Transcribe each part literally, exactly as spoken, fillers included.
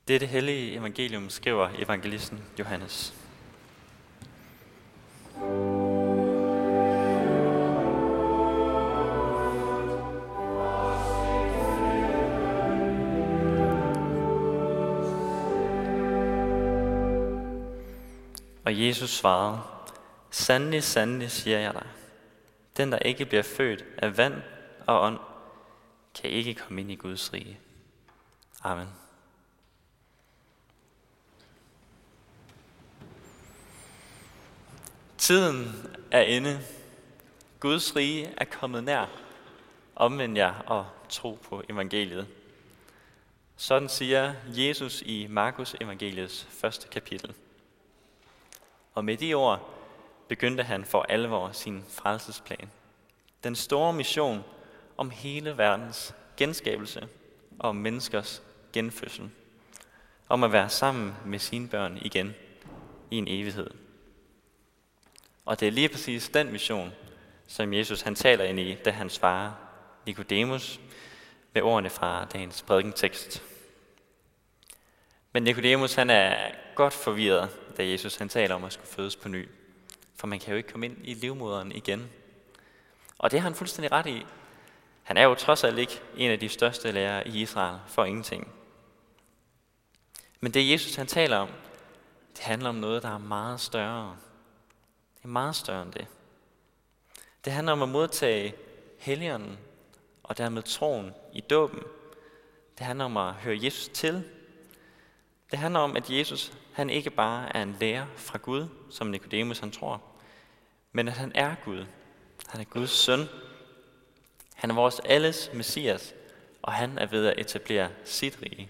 Dette hellige evangelium skriver evangelisten Johannes. Og Jesus svarede, sandelig, sandelig siger jeg dig, den der ikke bliver født af vand og ånd, kan ikke komme ind i Guds rige. Amen. Tiden er inde. Guds rige er kommet nær. Omvend jer og tro på evangeliet. Sådan siger Jesus i Markus evangeliets første kapitel. Og med de ord begyndte han for alvor sin frelsesplan. Den store mission om hele verdens genskabelse og om menneskers genfødsel. Om at være sammen med sine børn igen i en evighed. Og det er lige præcis den mission, som Jesus han taler ind i, da han svarer Nikodemus med ordene fra dagens prædikentekst. Men Nikodemus han er godt forvirret, da Jesus han taler om at skulle fødes på ny. For man kan jo ikke komme ind i livmoderen igen. Og det har han fuldstændig ret i. Han er jo trods alt ikke en af de største lærere i Israel for ingenting. Men det Jesus han taler om, det handler om noget, der er meget større. Det er meget større end det. Det handler om at modtage Helligånden og dermed troen i dåben. Det handler om at høre Jesus til. Det handler om, at Jesus han ikke bare er en lærer fra Gud, som Nikodemus han tror, men at han er Gud. Han er Guds søn. Han er vores alles Messias, og han er ved at etablere sit rige.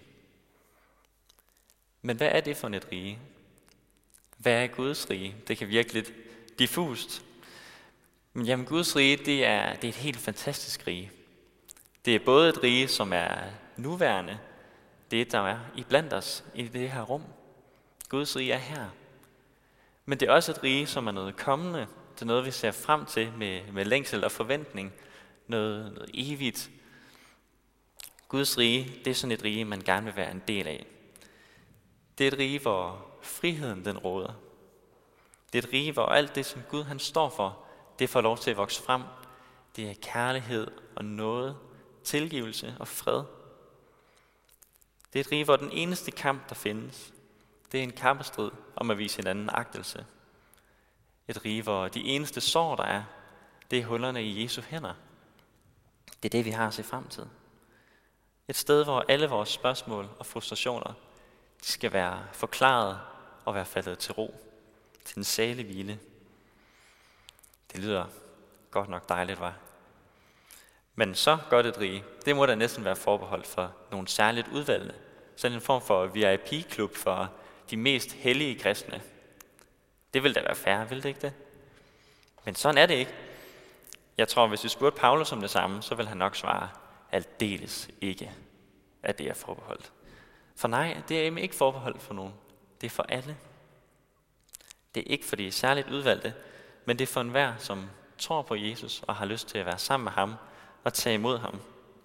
Men hvad er det for et rige? Hvad er Guds rige? Det kan virke lidt diffust. Men jamen, Guds rige, det er, det er et helt fantastisk rige. Det er både et rige, som er nuværende, det der er iblandt os i det her rum. Guds rige er her. Men det er også et rige, som er noget kommende. Det er noget, vi ser frem til med, med længsel og forventning. Noget, noget evigt. Guds rige, det er sådan et rige, man gerne vil være en del af. Det er et rige, hvor friheden den råder. Det er et rige, hvor alt det, som Gud han står for, det får lov til at vokse frem. Det er kærlighed og nåde, tilgivelse og fred. Det er et rige, hvor den eneste kamp, der findes, det er en kampestrid om at vise hinanden agtelse. Et rige, hvor de eneste sår, der er, det er hullerne i Jesu hænder. Det er det, vi har at se frem til. Et sted, hvor alle vores spørgsmål og frustrationer, de skal være forklaret og være faldet til ro, til en salig hvile. Det lyder godt nok dejligt, hva'? Men så godt et rige, det må da næsten være forbeholdt for nogle særligt udvalgte. Sådan en form for V I P-klub for de mest hellige kristne. Det ville da være fair, ville det ikke det? Men sådan er det ikke. Jeg tror, hvis vi spurgte Paulus om det samme, så vil han nok svare, aldeles ikke, at det er forbeholdt. For nej, det er ikke forbeholdt for nogen. Det er for alle. Det er ikke for de særligt udvalgte, men det er for enhver, som tror på Jesus og har lyst til at være sammen med ham og tage imod ham.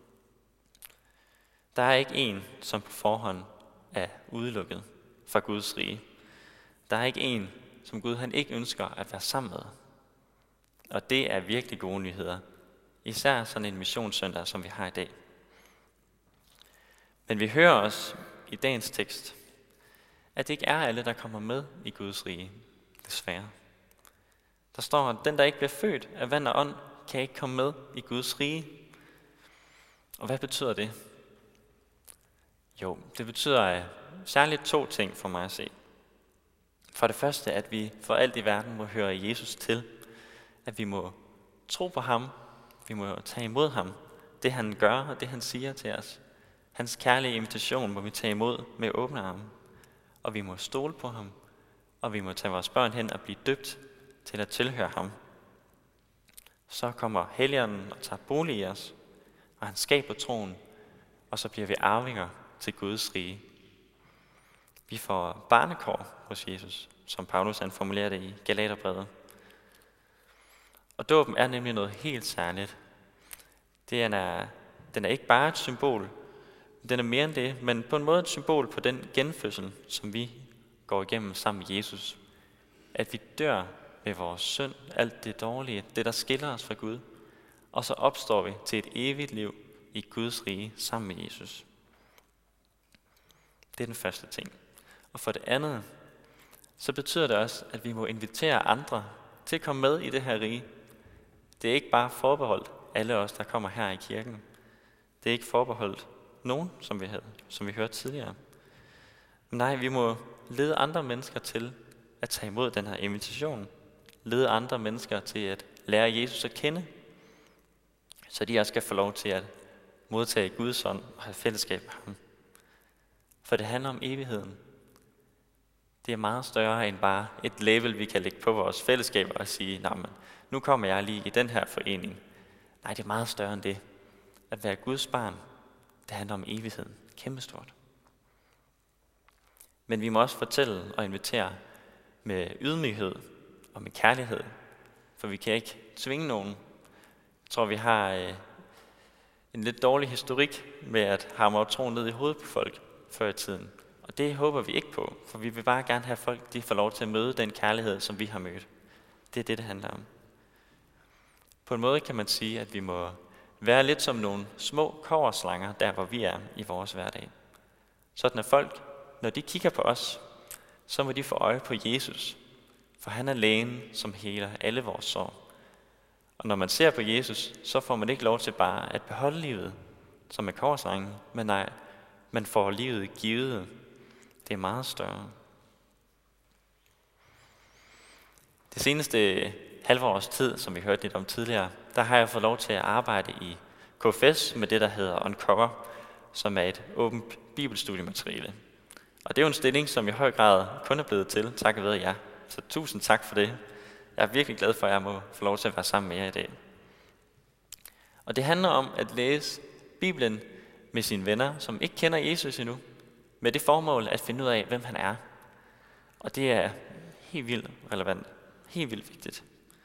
Der er ikke en, som på forhånd er udelukket fra Guds rige. Der er ikke en, som Gud han ikke ønsker at være sammen med. Og det er virkelig gode nyheder. Især sådan en missionssøndag, som vi har i dag. Men vi hører også i dagens tekst, at det ikke er alle, der kommer med i Guds rige, desværre. Der står, at den, der ikke bliver født af vand og ånd, kan ikke komme med i Guds rige. Og hvad betyder det? Jo, det betyder særligt to ting for mig at se. For det første, at vi for alt i verden må høre Jesus til. At vi må tro på ham. Vi må tage imod ham. Det han gør og det han siger til os. Hans kærlige invitation må vi tage imod med åbne arme. Og vi må stole på ham. Og vi må tage vores børn hen og blive døbt til at tilhøre ham. Så kommer Helligånden og tager bolig i os. Og han skaber troen. Og så bliver vi arvinger til Guds rige. Vi får barnekår hos Jesus, som Paulus han formulerer det i Galaterbrevet. Og dåben er nemlig noget helt særligt. Det er, den er ikke bare et symbol Den er mere end det, men på en måde et symbol på den genfødsel, som vi går igennem sammen med Jesus. At vi dør ved vores synd, alt det dårlige, det der skiller os fra Gud, og så opstår vi til et evigt liv i Guds rige sammen med Jesus. Det er den første ting. Og for det andet, så betyder det også, at vi må invitere andre til at komme med i det her rige. Det er ikke bare forbeholdt alle os, der kommer her i kirken. Det er ikke forbeholdt nogen, som vi havde, som vi hørte tidligere. Men nej, vi må lede andre mennesker til at tage imod den her invitation. Lede andre mennesker til at lære Jesus at kende, så de også skal få lov til at modtage Guds ånd og have fællesskab med ham. For det handler om evigheden. Det er meget større end bare et label, vi kan lægge på vores fællesskaber og sige, nej, men nu kommer jeg lige i den her forening. Nej, det er meget større end det. At være Guds barn, det handler om evigheden. Kæmpestort. Men vi må også fortælle og invitere med ydmyghed og med kærlighed. For vi kan ikke tvinge nogen. Jeg tror, vi har øh, en lidt dårlig historik med at hamre troen ned i hovedet på folk før i tiden. Og det håber vi ikke på, for vi vil bare gerne have folk, de får lov til at møde den kærlighed, som vi har mødt. Det er det, det handler om. På en måde kan man sige, at vi må være lidt som nogle små kobberslanger, der hvor vi er i vores hverdag. Sådan at folk, når de kigger på os, så må de få øje på Jesus, for han er lægen, som heler alle vores sår. Og når man ser på Jesus, så får man ikke lov til bare at beholde livet, som er kobberslangen, men nej, man får livet givet. Det er meget større. Det seneste halve års tid, som vi hørte lidt om tidligere, der har jeg fået lov til at arbejde i K F S med det, der hedder Uncover, som er et åbent bibelstudiemateriale. Og det er jo en stilling, som i høj grad kun er blevet til, takket være jer. Så tusind tak for det. Jeg er virkelig glad for, at jeg må få lov til at være sammen med jer i dag. Og det handler om at læse Bibelen med sine venner, som ikke kender Jesus endnu, med det formål at finde ud af, hvem han er. Og det er helt vildt relevant, helt vildt vigtigt.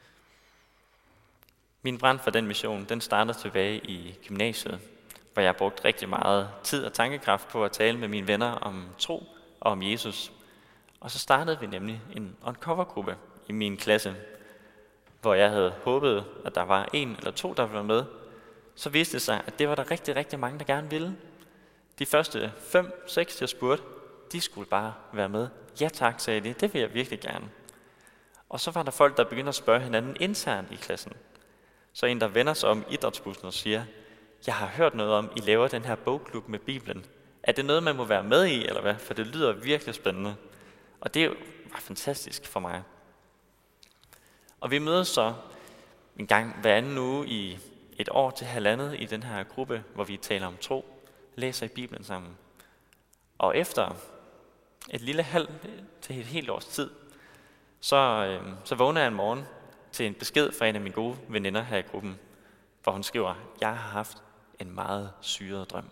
Min brand for den mission, den startede tilbage i gymnasiet, hvor jeg brugte rigtig meget tid og tankekraft på at tale med mine venner om tro og om Jesus. Og så startede vi nemlig en uncover-gruppe i min klasse, hvor jeg havde håbet, at der var en eller to, der ville være med. Så viste det sig, at det var der rigtig, rigtig mange, der gerne ville. De første fem, seks, jeg spurgte, de skulle bare være med. Ja tak, sagde de, det vil jeg virkelig gerne. Og så var der folk, der begyndte at spørge hinanden internt i klassen. Så en, der vender sig om idrætsbussen og siger, jeg har hørt noget om, I laver den her bogklub med Bibelen. Er det noget, man må være med i, eller hvad? For det lyder virkelig spændende. Og det var fantastisk for mig. Og vi mødes så en gang hver anden uge i et år til halvandet i den her gruppe, hvor vi taler om tro, læser i Bibelen sammen. Og efter et lille halv til et helt års tid, så, øh, så vågner jeg en morgen til en besked fra en af mine gode veninder her i gruppen, hvor hun skriver, jeg har haft en meget syret drøm.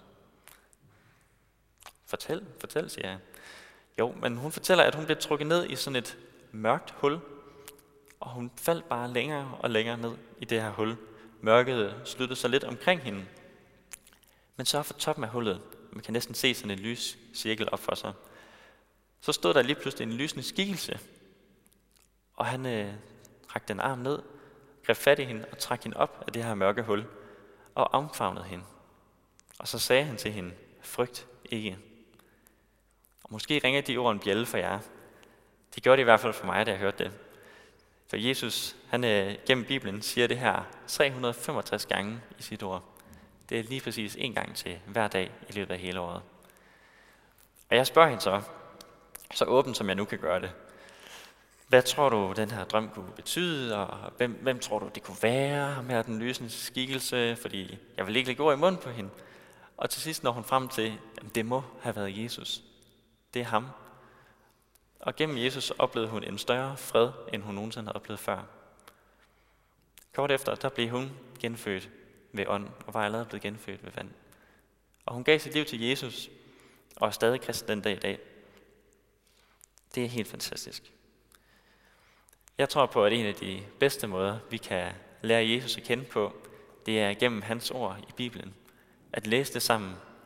Fortæl, fortæl, siger jeg. Jo, men hun fortæller, at hun blev trukket ned i sådan et mørkt hul, og hun faldt bare længere og længere ned i det her hul. Mørket sluttede sig lidt omkring hende. Men så for toppen af hullet, man kan næsten se sådan en lys cirkel op for sig, så stod der lige pludselig en lysende skikkelse, og han øh, rakte en arm ned, greb fat i hende og trak hende op af det her mørke hul, og omfavnede hende. Og så sagde han til hende, frygt ikke. Og måske ringer de ord en bjælde for jer. De gjorde det i hvert fald for mig, da jeg hørte det. For Jesus, han øh, gennem Bibelen siger det her tre hundrede og femogtres gange i sit ord. Det er lige præcis en gang til hver dag i løbet af hele året. Og jeg spørger hende så, så åbent som jeg nu kan gøre det. Hvad tror du, den her drøm kunne betyde, og hvem, hvem tror du, det kunne være med den lysende skikkelse, fordi jeg vil ikke lægge ord i munden på hende. Og til sidst når hun frem til, at det må have været Jesus. Det er ham. Og gennem Jesus oplevede hun en større fred, end hun nogensinde havde oplevet før. Kort efter, der blev hun genfødt ved ånd, og var allerede blevet genfødt ved vand. Og hun gav sit liv til Jesus, og er stadig kristen den dag i dag. Det er helt fantastisk. Jeg tror på, at en af de bedste måder, vi kan lære Jesus at kende på, det er gennem hans ord i Bibelen. At læse det sammen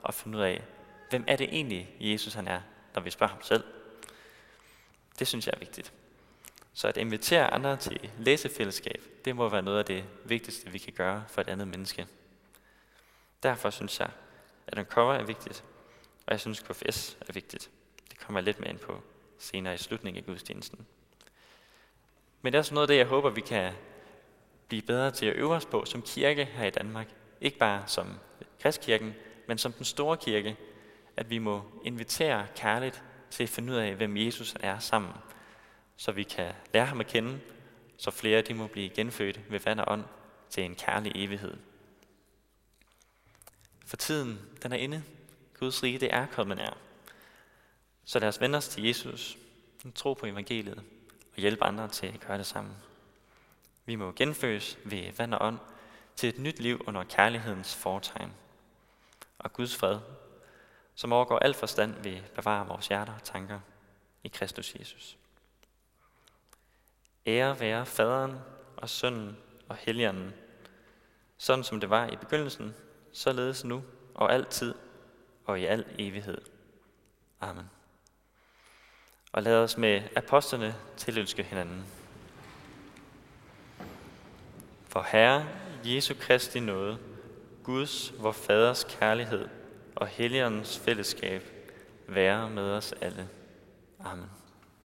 at finde ud af, hvem er det egentlig, Jesus han er, når vi spørger ham selv. Det synes jeg er vigtigt. Så at invitere andre til læsefællesskab, det må være noget af det vigtigste, vi kan gøre for et andet menneske. Derfor synes jeg, at Uncover er vigtigt, og jeg synes, at K F S er vigtigt. Det kommer jeg lidt mere ind på senere i slutningen af gudstjenesten. Men det er også noget af det, jeg håber, vi kan blive bedre til at øve os på som kirke her i Danmark. Ikke bare som Kristkirken, men som den store kirke, at vi må invitere kærligt til at finde ud af, hvem Jesus er sammen, så vi kan lære ham at kende, så flere de må blive genfødt ved vand og ånd til en kærlig evighed. For tiden, den er inde. Guds rige, det er kommet nær. Så lad os vende os til Jesus, tro på evangeliet og hjælpe andre til at gøre det samme. Vi må genfødes ved vand og ånd til et nyt liv under kærlighedens fortegn. Og Guds fred, som overgår al forstand, vil bevare vores hjerter og tanker i Kristus Jesus. Ære være Faderen og Sønnen og Helligånden, sådan som det var i begyndelsen, således nu og altid og i al evighed. Amen. Og lad os med apostlene tilønske hinanden. For Herre Jesu Kristi nåde, Guds, vor Faders kærlighed og Helligåndens fællesskab være med os alle. Amen.